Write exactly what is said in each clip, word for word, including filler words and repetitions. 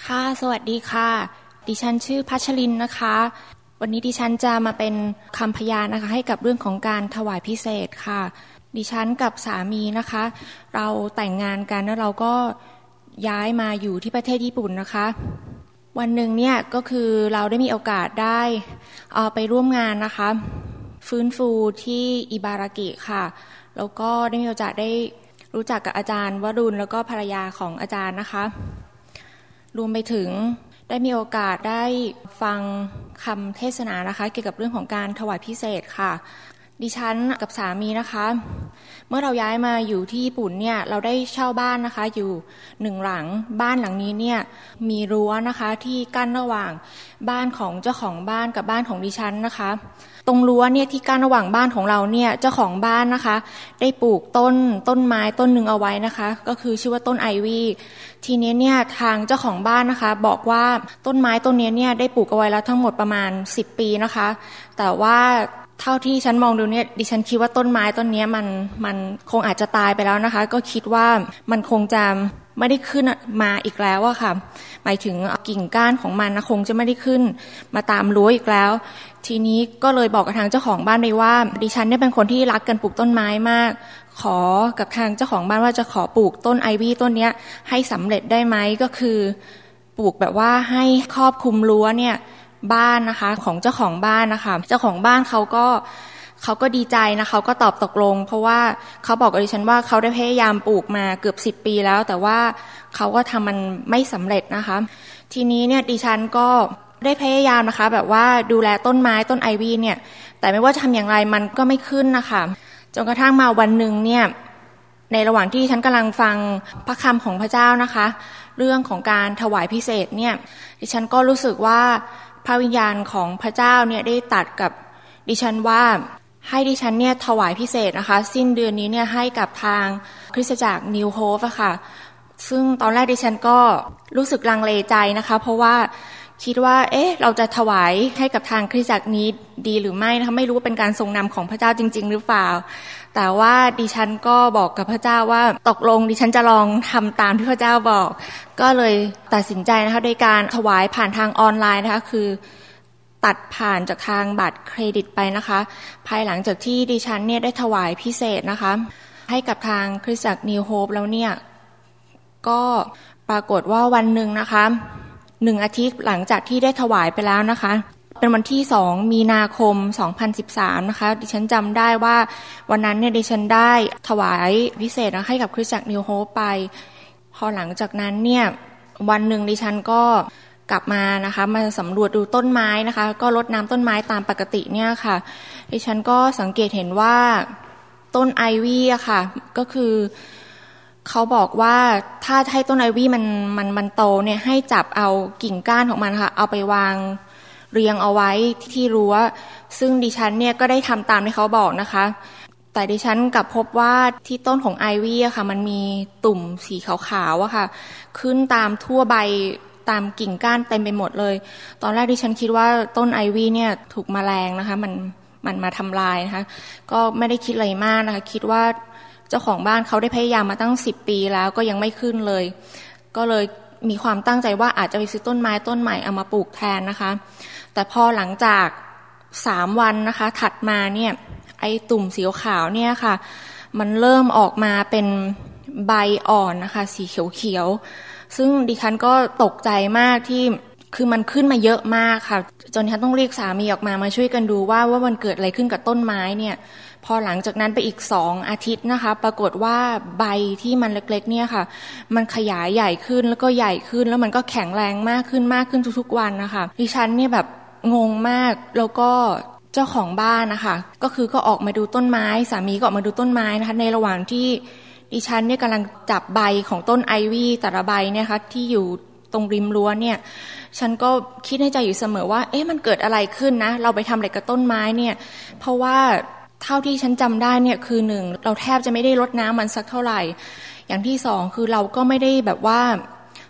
ค่ะสวัสดีค่ะดิฉันชื่อพัชรินนะคะวันนี้ดิฉันจะมาเป็นคำพยานนะคะให้กับเรื่องของการถวายพิเศษค่ะดิฉันกับสามีนะคะเราแต่งงานกันแล้วเราก็ย้ายมาอยู่ที่ประเทศญี่ปุ่นนะคะวันหนึ่งเนี่ยก็คือเราได้มีโอกาสได้เอาไปร่วมงานนะคะฟื้นฟูที่อิบารากิค่ะแล้วก็ได้มีโอกาสได้รู้จักกับอาจารย์วรุณแล้วก็ภรรยาของอาจารย์นะคะรวมไปถึงได้มีโอกาสได้ฟังคำเทศนานะคะเกี่ยวกับเรื่องของการถวายพิเศษค่ะดิฉันกับสามีนะคะเมื่อเราย้ายมาอยู่ที่ญี่ปุ่นเนี่ยเราได้เช่าบ้านนะคะอยู่หนึ่งหลังบ้านหลังนี้เนี่ยมีรั้วนะคะที่กั้นระหว่างบ้านของเจ้าของบ้านกับบ้านของดิฉันนะคะตรงรั้วเนี่ยที่กั้นระหว่างบ้านของเราเนี่ยเจ้าของบ้านนะคะได้ปลูกต้นต้นไม้ต้นหนึ่งเอาไว้นะคะก็คือชื่อว่าต้นไอวี่ทีนี้เนี่ยทางเจ้าของบ้านนะคะบอกว่าต้นไม้ต้นนี้เนี่ยได้ปลูกเอาไว้แล้วทั้งหมดประมาณสิบปีนะคะแต่ว่าเท่าที่ฉันมองดูเนี่ยดิฉันคิดว่าต้นไม้ต้นนี้มันมันคงอาจจะตายไปแล้วนะคะก็คิดว่ามันคงจะไม่ได้ขึ้นมาอีกแล้วอะค่ะหมายถึงกิ่งก้านของมันนะคงจะไม่ได้ขึ้นมาตามรั้วอีกแล้วทีนี้ก็เลยบอกกับทางเจ้าของบ้านไปว่าดิฉันเนี่ยเป็นคนที่รักกันปลูกต้นไม้มากขอกับทางเจ้าของบ้านว่าจะขอปลูกต้นไอวี่ต้นนี้ให้สำเร็จได้ไหมก็คือปลูกแบบว่าให้ครอบคลุมรั้วเนี่ยบ้านนะคะของเจ้าของบ้านนะคะเจ้าของบ้านเขาก็เขาก็ดีใจนะเขาก็ตอบตกลงเพราะว่าเขาบอกกับดิฉันว่าเขาได้พยายามปลูกมาเกือบสิบปีแล้วแต่ว่าเขาก็ทำมันไม่สำเร็จนะคะทีนี้เนี่ยดิฉันก็ได้พยายามนะคะแบบว่าดูแลต้นไม้ต้นไอวี่เนี่ยแต่ไม่ว่าจะทำอย่างไรมันก็ไม่ขึ้นนะคะจนกระทั่งมาวันหนึ่งเนี่ยในระหว่างที่ดิฉันกำลังฟังพระคำของพระเจ้านะคะเรื่องของการถวายพิเศษเนี่ยดิฉันก็รู้สึกว่าพระวิญญาณของพระเจ้าเนี่ยได้ตรัสกับดิฉันว่าให้ดิฉันเนี่ยถวายพิเศษนะคะสิ้นเดือนนี้เนี่ยให้กับทางคริสตจักรนิวโฮปอะค่ะซึ่งตอนแรกดิฉันก็รู้สึกลังเลใจนะคะเพราะว่าคิดว่าเอ๊ะเราจะถวายให้กับทางคริสตจักรนี้ดีหรือไม่นะคะไม่รู้ว่าเป็นการทรงนำของพระเจ้าจริงๆหรือเปล่าแต่ว่าดิฉันก็บอกกับพระเจ้าว่าตกลงดิฉันจะลองทำตามที่พระเจ้าบอกก็เลยตัดสินใจนะคะโดยการถวายผ่านทางออนไลน์นะคะคือตัดผ่านจากทางบัตรเครดิตไปนะคะภายหลังจากที่ดิฉันเนี่ยได้ถวายพิเศษนะคะให้กับทางคริสตจักรนิวโฮปแล้วเนี่ยก็ปรากฏว่าวันหนึ่งนะคะหนึ่งอาทิตย์หลังจากที่ได้ถวายไปแล้วนะคะเป็นวันที่สองมีนาคมสองพันสิบสามนะคะดิฉันจำได้ว่าวันนั้นเนี่ยดิฉันได้ถวายพิเศษนะให้กับคริสตจักรนิวโฮปไปพอหลังจากนั้นเนี่ยวันหนึ่งดิฉันก็กลับมานะคะมาสำรวจดูต้นไม้นะคะก็รดน้ำต้นไม้ตามปกติเนี่ยค่ะดิฉันก็สังเกตเห็นว่าต้นไอวี่อะค่ะก็คือเขาบอกว่าถ้าให้ต้นไอวี่มันมันมันโตเนี่ยให้จับเอากิ่งก้านของมันค่ะเอาไปวางเรียงเอาไว้ที่รั้วซึ่งดิฉันเนี่ยก็ได้ทำตามที่เขาบอกนะคะแต่ดิฉันกลับพบว่าที่ต้นของไอวี่อะค่ะมันมีตุ่มสีขาวๆอะค่ะขึ้นตามทั่วใบตามกิ่งก้านเต็มไปหมดเลยตอนแรกดิฉันคิดว่าต้นไอวี่เนี่ยถูกแมลงนะคะมันมันมาทำลายนะคะก็ไม่ได้คิดอะไรมากนะคะคิดว่าเจ้าของบ้านเขาได้พยายามมาตั้งสิบปีแล้วก็ยังไม่ขึ้นเลยก็เลยมีความตั้งใจว่าอาจจะไปซื้อต้นไม้ต้นใหม่เอามาปลูกแทนนะคะแต่พอหลังจากสามวันนะคะถัดมาเนี่ยไอ้ตุ่มสีขาวเนี่ยค่ะมันเริ่มออกมาเป็นใบอ่อนนะคะสีเขียวๆซึ่งดิฉันก็ตกใจมากที่คือมันขึ้นมาเยอะมากค่ะจนดิฉันต้องเรียกสามีออกมามาช่วยกันดูว่าว่ามันเกิดอะไรขึ้นกับต้นไม้เนี่ยพอหลังจากนั้นไปอีกสองอาทิตย์นะคะปรากฏว่าใบที่มันเล็กๆเนี่ยค่ะมันขยายใหญ่ขึ้นแล้วก็ใหญ่ขึ้นแล้วมันก็แข็งแรงมากขึ้นมากขึ้นทุกๆวันนะคะดิฉันเนี่ยแบบงงมากแล้วก็เจ้าของบ้านนะคะก็คือก็ออกมาดูต้นไม้สามีก็ออกมาดูต้นไม้นะคะในระหว่างที่ดิฉันเนี่ยกำลังจับใบของต้นไอวี่แต่ละใบเนี่ยค่ะที่อยู่ตรงริมรั้วเนี่ยฉันก็คิดในใจอยู่เสมอว่าเอ๊ะมันเกิดอะไรขึ้นนะเราไปทำอะไรกับต้นไม้เนี่ยเพราะว่าเท่าที่ฉันจำได้เนี่ยคือหนึ่งเราแทบจะไม่ได้รดน้ำมันสักเท่าไหร่อย่างที่สองคือเราก็ไม่ได้แบบว่า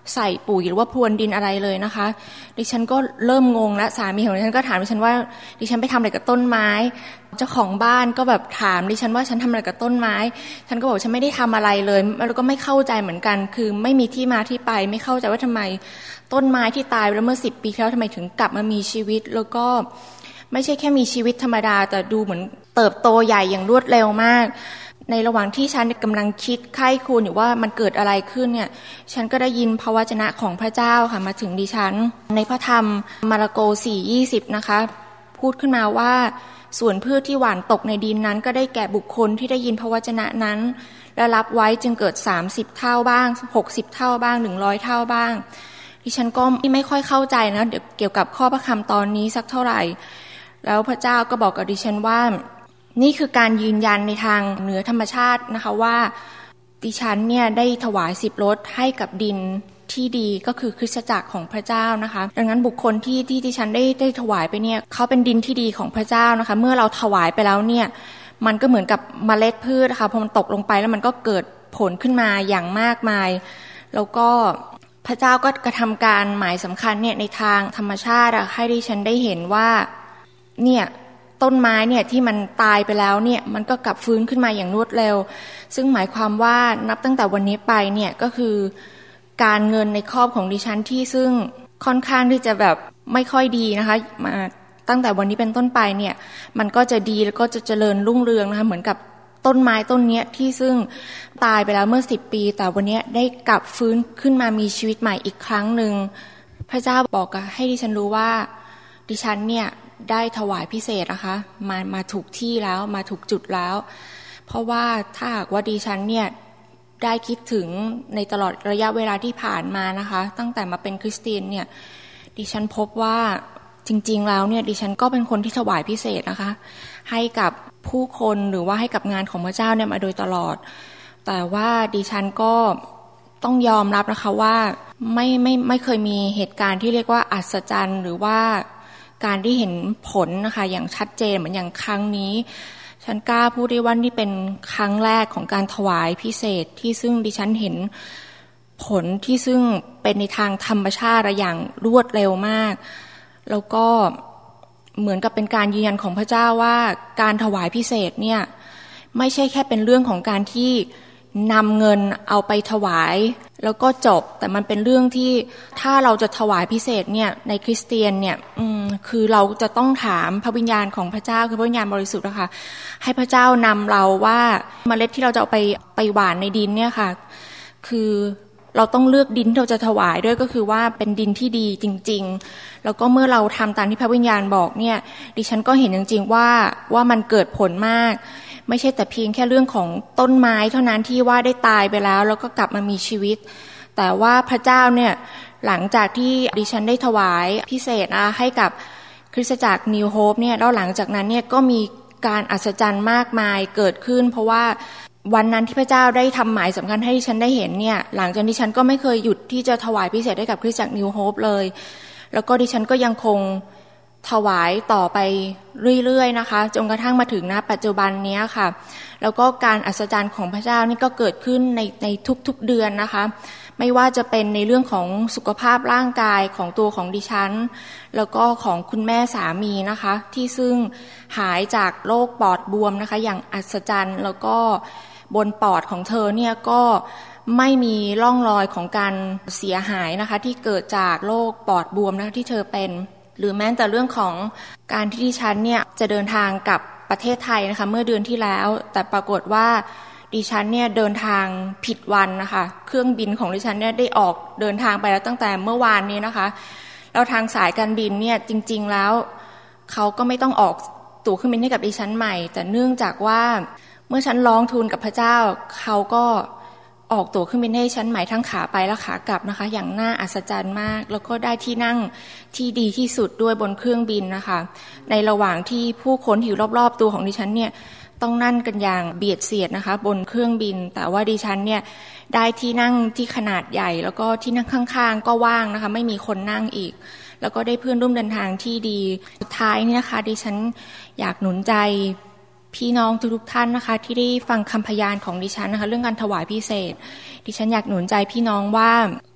ใส่ปุ๋ยหรือว่าพรวนดินอะไรเลยนะคะดิฉันก็เริ่มงงแล้วสามีของดิฉันก็ถามดิฉันว่าดิฉันไปทำอะไรกับต้นไม้เจ้าของบ้านก็แบบถามดิฉันว่าฉันทำอะไรกับต้นไม้ฉันก็บอกฉันไม่ได้ทำอะไรเลยแล้วก็ไม่เข้าใจเหมือนกันคือไม่มีที่มาที่ไปไม่เข้าใจว่าทำไมต้นไม้ที่ตายไปแล้วเมื่อสิบปีที่แล้วทำไมถึงกลับมามีชีวิตแล้วก็ไม่ใช่แค่มีชีวิตธรรมดาแต่ดูเหมือนเติบโตใหญ่อย่างรวดเร็วมากในระหว่างที่ฉันกำลังคิดไข้ควรอยู่ว่ามันเกิดอะไรขึ้นเนี่ยฉันก็ได้ยินพระวจนะของพระเจ้าค่ะมาถึงดิฉันในพระธรรมมาระโก สี่ยี่สิบ นะคะพูดขึ้นมาว่าส่วนพืชที่หว่านตกในดินนั้นก็ได้แก่บุคคลที่ได้ยินพระวจนะนั้นและรับไว้จึงเกิดสามสิบเท่าบ้างหกสิบเท่าบ้างหนึ่งร้อยเท่าบ้างดิฉันก็ไม่ค่อยเข้าใจนะเกี่ยวกับข้อพระคัมภีร์ตอนนี้สักเท่าไหร่แล้วพระเจ้าก็บอกกับดิฉันว่านี่คือการยืนยันในทางเหนือธรรมชาตินะคะว่าดิฉันเนี่ยได้ถวายสิบรถให้กับดินที่ดีก็คือคริสตจักรของพระเจ้านะคะดังนั้นบุคคลที่ที่ดิฉันได้ได้ถวายไปเนี่ยเขาเป็นดินที่ดีของพระเจ้านะคะเมื่อเราถวายไปแล้วเนี่ยมันก็เหมือนกับเมล็ดพืชนะคะพอมันตกลงไปแล้วมันก็เกิดผลขึ้นมาอย่างมากมายแล้วก็พระเจ้าก็กระทำการหมายสำคัญเนี่ยในทางธรรมชาติให้ดิฉันได้เห็นว่าเนี่ยต้นไม้เนี่ยที่มันตายไปแล้วเนี่ยมันก็กลับฟื้นขึ้นมาอย่างรวดเร็วซึ่งหมายความว่านับตั้งแต่วันนี้ไปเนี่ยก็คือการเงินในครอบของดิฉันที่ซึ่งค่อนข้างที่จะแบบไม่ค่อยดีนะคะมาตั้งแต่วันนี้เป็นต้นไปเนี่ยมันก็จะดีแล้วก็จะเจริญรุ่งเรืองนะคะเหมือนกับต้นไม้ต้นนี้ที่ซึ่งตายไปแล้วเมื่อสิบปีแต่วันนี้ได้กลับฟื้นขึ้นมามีชีวิตใหม่อีกครั้งนึงพระเจ้าบอกให้ดิฉันรู้ว่าดิฉันเนี่ยได้ถวายพิเศษนะคะมามาถูกที่แล้วมาถูกจุดแล้วเพราะว่าถ้าหากว่าดิฉันเนี่ยได้คิดถึงในตลอดระยะเวลาที่ผ่านมานะคะตั้งแต่มาเป็นคริสเตียนเนี่ยดิฉันพบว่าจริงๆแล้วเนี่ยดิฉันก็เป็นคนที่ถวายพิเศษนะคะให้กับผู้คนหรือว่าให้กับงานของพระเจ้าเนี่ยมาโดยตลอดแต่ว่าดิฉันก็ต้องยอมรับนะคะว่าไม่ไม่ไม่เคยมีเหตุการณ์ที่เรียกว่าอัศจรรย์หรือว่าการที่เห็นผลนะคะอย่างชัดเจนเหมือนอย่างครั้งนี้ฉันกล้าพูดได้ว่านี่เป็นครั้งแรกของการถวายพิเศษที่ซึ่งดิฉันเห็นผลที่ซึ่งเป็นในทางธรรมชาติอย่างรวดเร็วมากแล้วก็เหมือนกับเป็นการยืนยันของพระเจ้าว่าการถวายพิเศษเนี่ยไม่ใช่แค่เป็นเรื่องของการที่นำเงินเอาไปถวายแล้วก็จบแต่มันเป็นเรื่องที่ถ้าเราจะถวายพิเศษเนี่ยในคริสเตียนเนี่ยอืมคือเราจะต้องถามพระวิญญาณของพระเจ้าคือพระวิญญาณบริสุทธิ์นะคะให้พระเจ้านำเราว่าเมล็ดที่เราจะเอาไปไปหว่านในดินเนี่ยค่ะคือเราต้องเลือกดินที่เราจะถวายด้วยก็คือว่าเป็นดินที่ดีจริงๆแล้วก็เมื่อเราทำตามที่พระวิญญาณบอกเนี่ยดิฉันก็เห็นจริงๆว่าว่ามันเกิดผลมากไม่ใช่แต่เพียงแค่เรื่องของต้นไม้เท่านั้นที่ว่าได้ตายไปแล้วแล้วก็กลับมามีชีวิตแต่ว่าพระเจ้าเนี่ยหลังจากที่ดิฉันได้ถวายพิเศษนะให้กับคริสตจักร New Hope เนี่ยแล้วหลังจากนั้นเนี่ยก็มีการอัศจรรย์มากมายเกิดขึ้นเพราะว่าวันนั้นที่พระเจ้าได้ทำหมายสำคัญให้ดิฉันได้เห็นเนี่ยหลังจากดิฉันก็ไม่เคยหยุดที่จะถวายพิเศษให้กับคริสตจักร New Hope เลยแล้วก็ดิฉันก็ยังคงถวายต่อไปเรื่อยๆนะคะจนกระทั่งมาถึงณปัจจุบันนี้ค่ะแล้วก็การอัศจรรย์ของพระเจ้านี่ก็เกิดขึ้นในในทุกๆเดือนนะคะไม่ว่าจะเป็นในเรื่องของสุขภาพร่างกายของตัวของดิฉันแล้วก็ของคุณแม่สามีนะคะที่ซึ่งหายจากโรคปอดบวมนะคะอย่างอัศจรรย์แล้วก็บนปอดของเธอเนี่ยก็ไม่มีร่องรอยของการเสียหายนะคะที่เกิดจากโรคปอดบวมนะคะที่เธอเป็นหรือแม้แต่เรื่องของการที่ดิฉันเนี่ยจะเดินทางกลับประเทศไทยนะคะเมื่อเดือนที่แล้วแต่ปรากฏว่าดิฉันเนี่ยเดินทางผิดวันนะคะเครื่องบินของดิฉันเนี่ยได้ออกเดินทางไปแล้วตั้งแต่เมื่อวานนี้นะคะแล้วทางสายการบินเนี่ยจริงๆแล้วเขาก็ไม่ต้องออกตั๋วเครื่องบินให้กับดิฉันใหม่แต่เนื่องจากว่าเมื่อฉันร้องทูลกับพระเจ้าเขาก็ออกตั๋วเครื่องบินให้ฉันใหม่ทั้งขาไปและขากลับนะคะอย่างน่าอัศจรรย์มากแล้วก็ได้ที่นั่งที่ดีที่สุดด้วยบนเครื่องบินนะคะในระหว่างที่ผู้คนที่อยู่รอบๆตัวของดิฉันเนี่ยต้องนั่งกันอย่างเบียดเสียดนะคะบนเครื่องบินแต่ว่าดิฉันเนี่ยได้ที่นั่งที่ขนาดใหญ่แล้วก็ที่นั่งข้างๆก็ว่างนะคะไม่มีคนนั่งอีกแล้วก็ได้เพื่อนร่วมเดินทางที่ดีสุดท้ายนี่นะคะดิฉันอยากหนุนใจพี่น้องทุกๆท่านนะคะที่ได้ฟังคำพยานของดิฉันนะคะเรื่องการถวายพิเศษดิฉันอยากหนุนใจพี่น้องว่า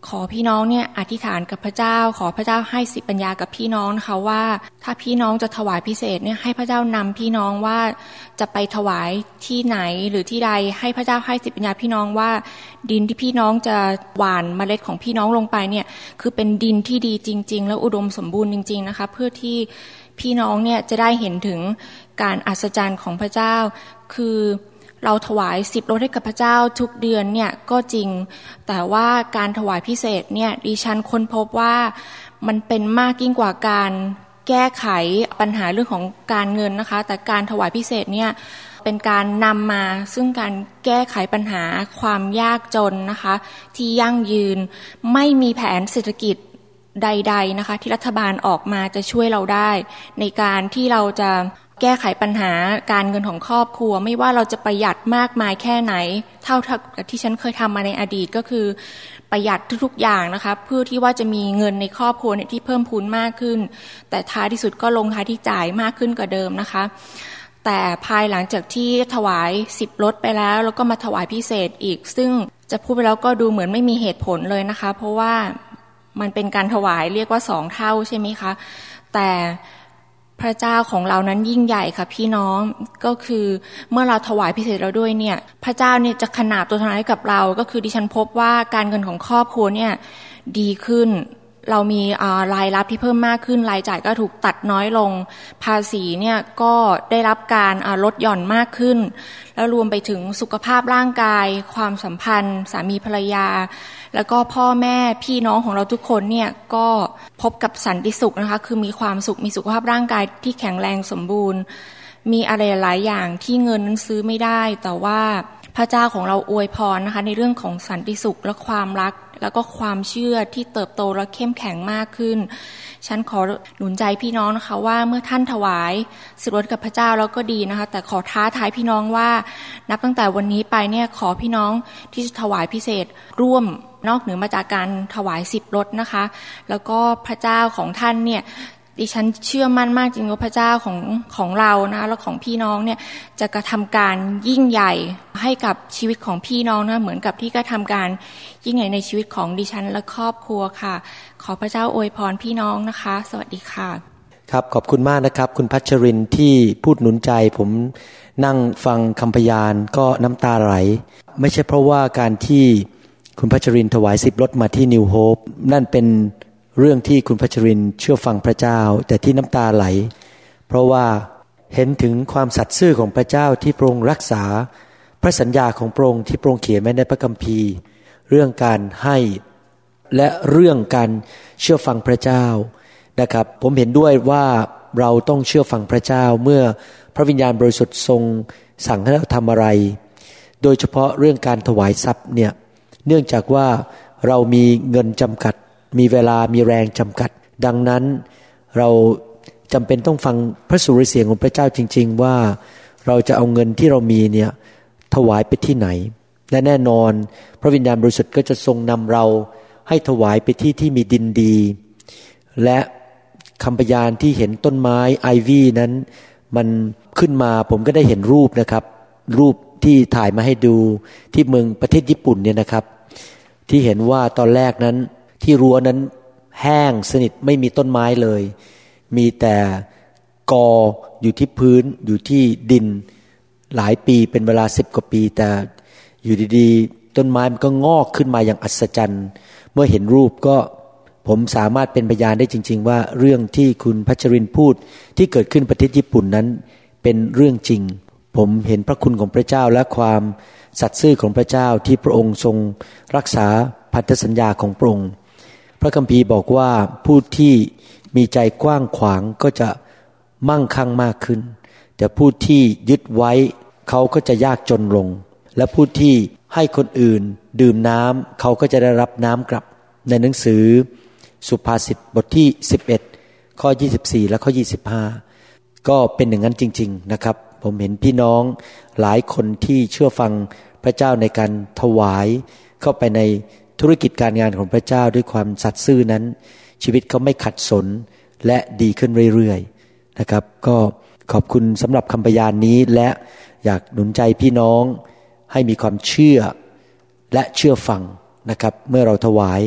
ขอพี่น้องเนี่ยอธิษฐานกับพระเจ้าขอพระเจ้าให้สิทธิปัญญากับพี่น้องนะคะว่าถ้าพี่น้องจะถวายพิเศษเนี่ยให้พระเจ้านำพี่น้องว่าจะไปถวายที่ไหนหรือที่ใดให้พระเจ้าให้สิทธิปัญญาพี่น้องว่าดินที่พี่น้องจะหว่านเมล็ดของพี่น้องลงไปเนี่ยคือเป็นดินที่ดีจริงๆแล้วอุดมสมบูรณ์จริงๆนะคะเพื่อที่พี่น้องเนี่ยจะได้เห็นถึงการอัศจรรย์ของพระเจ้าคือเราถวายสิบรถให้กับพระเจ้าทุกเดือนเนี่ยก็จริงแต่ว่าการถวายพิเศษเนี่ยดิฉันค้นพบว่ามันเป็นมากยิ่งกว่าการแก้ไขปัญหาเรื่องของการเงินนะคะแต่การถวายพิเศษเนี่ยเป็นการนำมาซึ่งการแก้ไขปัญหาความยากจนนะคะที่ยั่งยืนไม่มีแผนเศรษฐกิจใดๆนะคะที่รัฐบาลออกมาจะช่วยเราได้ในการที่เราจะแก้ไขปัญหาการเงินของครอบครัวไม่ว่าเราจะประหยัดมากมายแค่ไหนเท่าที่ฉันเคยทำมาในอดีตก็คือประหยัดทุกๆอย่างนะคะเพื่อที่ว่าจะมีเงินในครอบครัวเนี่ยที่เพิ่มพูนมากขึ้นแต่ท้ายที่สุดก็ลงท้ายที่จ่ายมากขึ้นกว่าเดิมนะคะแต่ภายหลังจากที่ถวายสิบรถไปแล้วแล้วก็มาถวายพิเศษอีกซึ่งจะพูดไปแล้วก็ดูเหมือนไม่มีเหตุผลเลยนะคะเพราะว่ามันเป็นการถวายเรียกว่าสองเท่าใช่ไหมคะแต่พระเจ้าของเรานั้นยิ่งใหญ่ค่ะพี่น้องก็คือเมื่อเราถวายพิเศษเราด้วยเนี่ยพระเจ้าเนี่ยจะขนาบตัวทนายให้กับเราก็คือดิฉันพบว่าการเงินของครอบครัวเนี่ยดีขึ้นเรามีรายรับที่เพิ่มมากขึ้นรายจ่ายก็ถูกตัดน้อยลงภาษีเนี่ยก็ได้รับการลดหย่อนมากขึ้นแล้วรวมไปถึงสุขภาพร่างกายความสัมพันธ์สามีภรรยาแล้วก็พ่อแม่พี่น้องของเราทุกคนเนี่ยก็พบกับสันติสุขนะคะคือมีความสุขมีสุขภาพร่างกายที่แข็งแรงสมบูรณ์มีอะไรหลายอย่างที่เงินนั้นซื้อไม่ได้แต่ว่าพระเจ้าของเราอวยพรนะคะในเรื่องของสันติสุขและความรักแล้วก็ความเชื่อที่เติบโตและเข้มแข็งมากขึ้นฉันขอหนุนใจพี่น้องนะคะว่าเมื่อท่านถวายสิบรถกับพระเจ้าแล้วก็ดีนะคะแต่ขอท้าทายพี่น้องว่านับตั้งแต่วันนี้ไปเนี่ยขอพี่น้องที่จะถวายพิเศษร่วมนอกเหนือมาจากการถวายสิบรถนะคะแล้วก็พระเจ้าของท่านเนี่ยดิฉันเชื่อมั่นมากจริงว่าพระเจ้าของของเรานะและของพี่น้องเนี่ยจะกระทำการยิ่งใหญ่ให้กับชีวิตของพี่น้องนะเหมือนกับที่กระทำการยิ่งใหญ่ในชีวิตของดิฉันและครอบครัวค่ะขอพระเจ้าอวยพรพี่น้องนะคะสวัสดีค่ะครับขอบคุณมากนะครับคุณพัชรินที่พูดหนุนใจผมนั่งฟังคำพยานก็น้ำตาไหลไม่ใช่เพราะว่าการที่คุณพัชรินถวายสิบรถมาที่นิวโฮปนั่นเป็นเรื่องที่คุณพัชรินเชื่อฟังพระเจ้าแต่ที่น้ำตาไหลเพราะว่าเห็นถึงความสัตย์ซื่อของพระเจ้าที่พระองค์รักษาพระสัญญาของพระองค์ที่พระองค์เขียนไว้ในพระคัมภีร์เรื่องการให้และเรื่องการเชื่อฟังพระเจ้านะครับผมเห็นด้วยว่าเราต้องเชื่อฟังพระเจ้าเมื่อพระวิญญาณบริสุทธิ์ทรงสั่งให้เราทำอะไรโดยเฉพาะเรื่องการถวายทรัพย์เนี่ยเนื่องจากว่าเรามีเงินจำกัดมีเวลามีแรงจำกัดดังนั้นเราจำเป็นต้องฟังพระสุรเสียงของพระเจ้าจริงๆว่าเราจะเอาเงินที่เรามีเนี่ยถวายไปที่ไหนและแน่นอนพระวิญญาณบริสุทธิ์ก็จะทรงนำเราให้ถวายไปที่ที่มีดินดีและคำพยานที่เห็นต้นไม้ไอวี่นั้นมันขึ้นมาผมก็ได้เห็นรูปนะครับรูปที่ถ่ายมาให้ดูที่เมืองประเทศญี่ปุ่นเนี่ยนะครับที่เห็นว่าตอนแรกนั้นที่รั้วนั้นแห้งสนิทไม่มีต้นไม้เลยมีแต่กออยู่ที่พื้นอยู่ที่ดินหลายปีเป็นเวลาสิบกว่าปีแต่อยู่ดีๆต้นไม้มันก็งอกขึ้นมาอย่างอัศจรรย์เมื่อเห็นรูปก็ผมสามารถเป็นพยานได้จริงๆว่าเรื่องที่คุณพัชรินพูดที่เกิดขึ้นประเทศญี่ปุ่นนั้นเป็นเรื่องจริงผมเห็นพระคุณของพระเจ้าและความสัตย์ซื่อของพระเจ้าที่พระองค์ทรงรักษาพันธสัญญาของพระองค์พระคัมภีร์บอกว่าผู้ที่มีใจกว้างขวางก็จะมั่งคั่งมากขึ้นแต่ผู้ที่ยึดไว้เขาก็จะยากจนลงและผู้ที่ให้คนอื่นดื่มน้ำเขาก็จะได้รับน้ำกลับในหนังสือสุภาษิตบทที่สิบเอ็ดข้อยี่สิบสี่และข้อยี่สิบห้าก็เป็นอย่างนั้นจริงๆนะครับผมเห็นพี่น้องหลายคนที่เชื่อฟังพระเจ้าในการถวายเข้าไปในธุรกิจการงานของพระเจ้าด้วยความสัตย์ซื่อนั้นชีวิตเขาไม่ขัดสนและดีขึ้นเรื่อยๆนะครับก็ขอบคุณสำหรับคำพยานนี้และอยากหนุนใจพี่น้องให้มีความเชื่อและเชื่อฟังนะครับเมื่อเราถวาย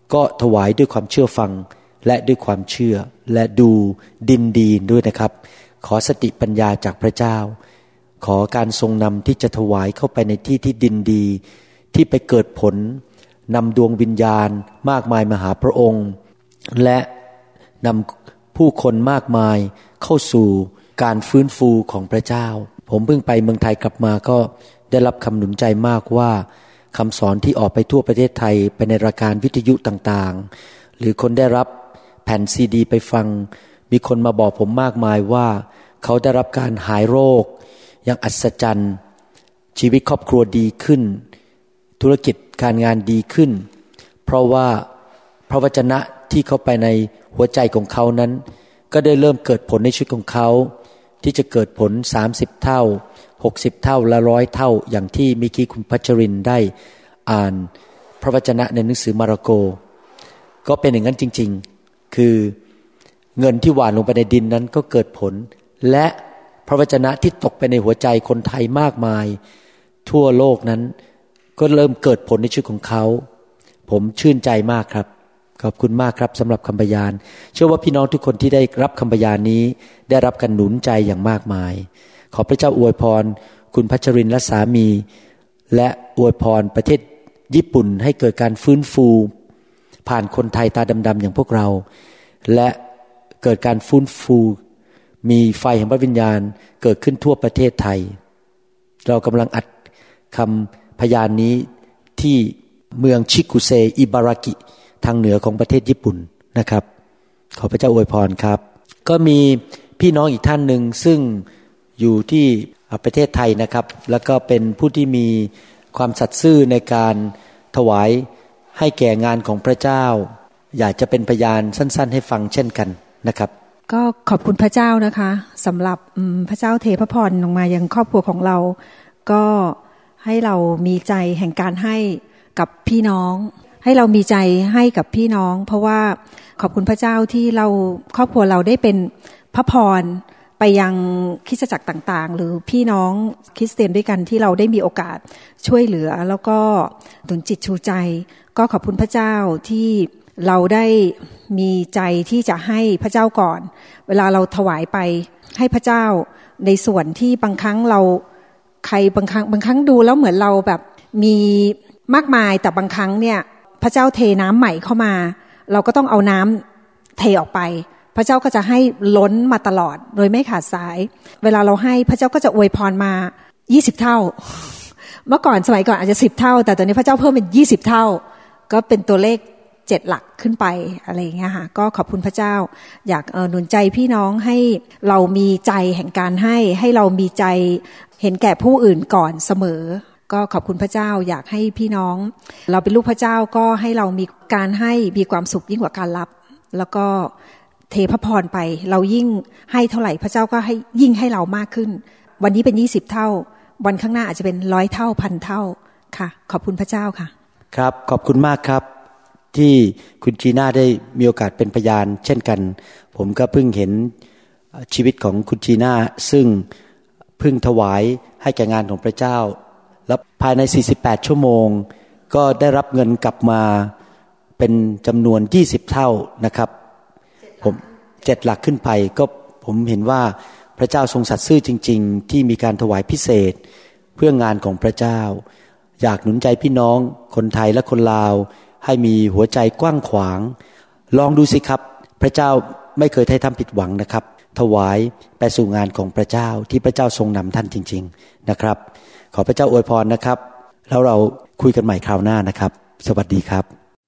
ก็ถวายด้วยความเชื่อฟังและด้วยความเชื่อและดูดินดีด้วยนะครับขอสติปัญญาจากพระเจ้าขอการทรงนำที่จะถวายเข้าไปในที่ที่ดินดีที่ไปเกิดผลนำดวงวิญญาณมากมายมาหาพระองค์และนำผู้คนมากมายเข้าสู่การฟื้นฟูของพระเจ้าผมเพิ่งไปเมืองไทยกลับมาก็ได้รับคำหนุนใจมากว่าคำสอนที่ออกไปทั่วประเทศไทยไปในรายการวิทยุต่างๆหรือคนได้รับแผ่นซีดีไปฟังมีคนมาบอกผมมากมายว่าเขาได้รับการหายโรคอย่างอัศจรรย์ชีวิตครอบครัวดีขึ้นธุรกิจการงานดีขึ้นเพราะว่าพระวจนะที่เข้าไปในหัวใจของเขานั้นก็ได้เริ่มเกิดผลในชีวิตของเขาที่จะเกิดผลสามสิบเท่าหกสิบเท่าและร้อยเท่าอย่างที่เมื่อกี้คุณพัชรินได้อ่านพระวจนะในหนังสือมาระโกก็เป็นอย่างนั้นจริงๆคือเงินที่หว่านลงไปในดินนั้นก็เกิดผลและพระวจนะที่ตกไปในหัวใจคนไทยมากมายทั่วโลกนั้นก็เริ่มเกิดผลในชีวิตของเขาผมชื่นใจมากครับขอบคุณมากครับสำหรับคำพยานเชื่อว่าพี่น้องทุกคนที่ได้รับคำพยานนี้ได้รับการหนุนใจอย่างมากมายขอพระเจ้าอวยพรคุณพัชรินและสามีและอวยพรประเทศญี่ปุ่นให้เกิดการฟื้นฟูผ่านคนไทยตาดำๆอย่างพวกเราและเกิดการฟื้นฟูมีไฟแห่งพระวิญญาณเกิดขึ้นทั่วประเทศไทยเรากำลังอัดคำพยานนี้ที่เมืองชิกุเซอิบารากิทางเหนือของประเทศญี่ปุ่นนะครับขอพระเจ้าอวยพรครับก็มีพี่น้องอีกท่านหนึ่งซึ่งอยู่ที่ประเทศไทยนะครับแล้วก็เป็นผู้ที่มีความสัตย์ซื่อในการถวายให้แก่งานของพระเจ้าอยากจะเป็นพยานสั้นๆให้ฟังเช่นกันนะครับก็ขอบคุณพระเจ้านะคะสำหรับพระเจ้าเทพระพรลงมายังครอบครัวของเราก็ให้เรามีใจแห่งการให้กับพี่น้องให้เรามีใจให้กับพี่น้องเพราะว่าขอบคุณพระเจ้าที่เราครอบครัวเราได้เป็นพระพรไปยังคริสตจักรต่างๆหรือพี่น้องคริสเตียนด้วยกันที่เราได้มีโอกาสช่วยเหลือแล้วก็หนุนจิตชูใจก็ขอบคุณพระเจ้าที่เราได้มีใจที่จะให้พระเจ้าก่อนเวลาเราถวายไปให้พระเจ้าในส่วนที่บางครั้งเราใครบางครั้งบางครั้งดูแล้วเหมือนเราแบบมีมากมายแต่บางครั้งเนี่ยพระเจ้าเทน้ำใหม่เข้ามาเราก็ต้องเอาน้ำเทออกไปพระเจ้าก็จะให้ล้นมาตลอดโดยไม่ขาดสายเวลาเราให้พระเจ้าก็จะอวยพรมายี่สิบเท่าเมื่อก่อนสมัยก่อนอาจจะสิบเท่าแต่ตอนนี้พระเจ้าเพิ่มเป็นยี่สิบเท่าก็เป็นตัวเลขเจ็ดหลักขึ้นไปอะไรอย่างเงี้ยค่ะก็ขอบคุณพระเจ้าอยากหนุนใจพี่น้องให้เรามีใจแห่งการให้ให้เรามีใจเห็นแก่ผู้อื่นก่อนเสมอก็ขอบคุณพระเจ้าอยากให้พี่น้องเราเป็นลูกพระเจ้าก็ให้เรามีการให้มีความสุขยิ่งกว่าการรับแล้วก็เทพระพรไปเรายิ่งให้เท่าไหร่พระเจ้าก็ให้ยิ่งให้เรามากขึ้นวันนี้เป็นยี่สิบเท่าวันข้างหน้าอาจจะเป็นร้อยเท่าพันเท่าค่ะขอบคุณพระเจ้าค่ะครับขอบคุณมากครับที่คุณจีน่าได้มีโอกาสเป็นพยานเช่นกันผมก็เพิ่งเห็นชีวิตของคุณจีน่าซึ่งเพิ่งถวายให้แก่งานของพระเจ้าแล้วภายในสี่สิบแปดชั่วโมงก็ได้รับเงินกลับมาเป็นจำนวนยี่สิบเท่านะครับผมเจ็ดหลักขึ้นไปก็ผมเห็นว่าพระเจ้าทรงสัตย์ซื่อจริงๆที่มีการถวายพิเศษเพื่องานของพระเจ้าอยากหนุนใจพี่น้องคนไทยและคนลาวให้มีหัวใจกว้างขวางลองดูสิครับพระเจ้าไม่เคยให้ท่านผิดหวังนะครับถวายไปสู่งานของพระเจ้าที่พระเจ้าทรงนำท่านจริงๆนะครับขอพระเจ้าอวยพรนะครับแล้วเราคุยกันใหม่คราวหน้านะครับสวัสดีครับ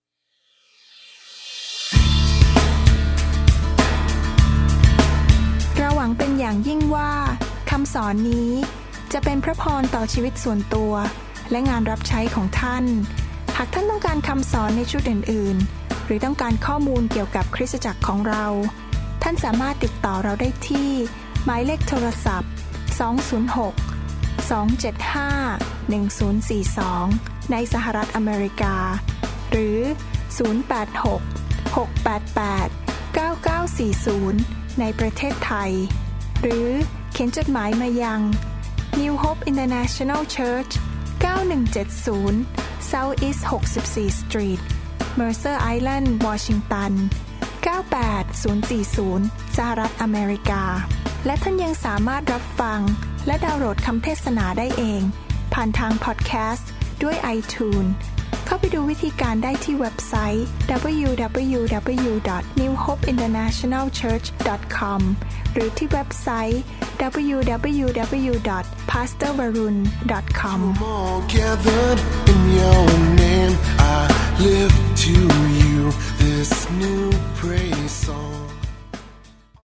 เราหวังเป็นอย่างยิ่งว่าคำสอนนี้จะเป็นพระพรต่อชีวิตส่วนตัวและงานรับใช้ของท่านหากท่านต้องการคำสอนในชุดอื่นๆหรือต้องการข้อมูลเกี่ยวกับคริสตจักรของเราท่านสามารถติดต่อเราได้ที่หมายเลขโทรศัพท์สอง ศูนย์ หก สอง เจ็ด ห้า หนึ่ง ศูนย์ สี่ สองในสหรัฐอเมริกาหรือศูนย์ แปด หก หก แปด แปด เก้า เก้า สี่ ศูนย์ในประเทศไทยหรือเขียนจดหมายมายัง New Hope International Church เก้าหนึ่งเจ็ดศูนย์ South East หกสิบสี่ Street Mercer Island วอชิงตันเก้าแปดศูนย์สี่ศูนย์สหรัฐอเมริกาและท่านยังสามารถรับฟังและดาวน์โหลดคำเทศนาได้เองผ่านทางพอดแคสต์ด้วย iTunes เข้าไปดูวิธีการได้ที่เว็บไซต์ ดับเบิลยู ดับเบิลยู ดับเบิลยู ดอท นิว โฮป อินเตอร์เนชั่นแนล เชิร์ช ดอท คอม หรือที่เว็บไซต์ ดับเบิลยู ดับเบิลยู ดับเบิลยู ดอท พาสเตอร์วรุณ ดอท คอม Gathered in your name, I lift to you this new praise song.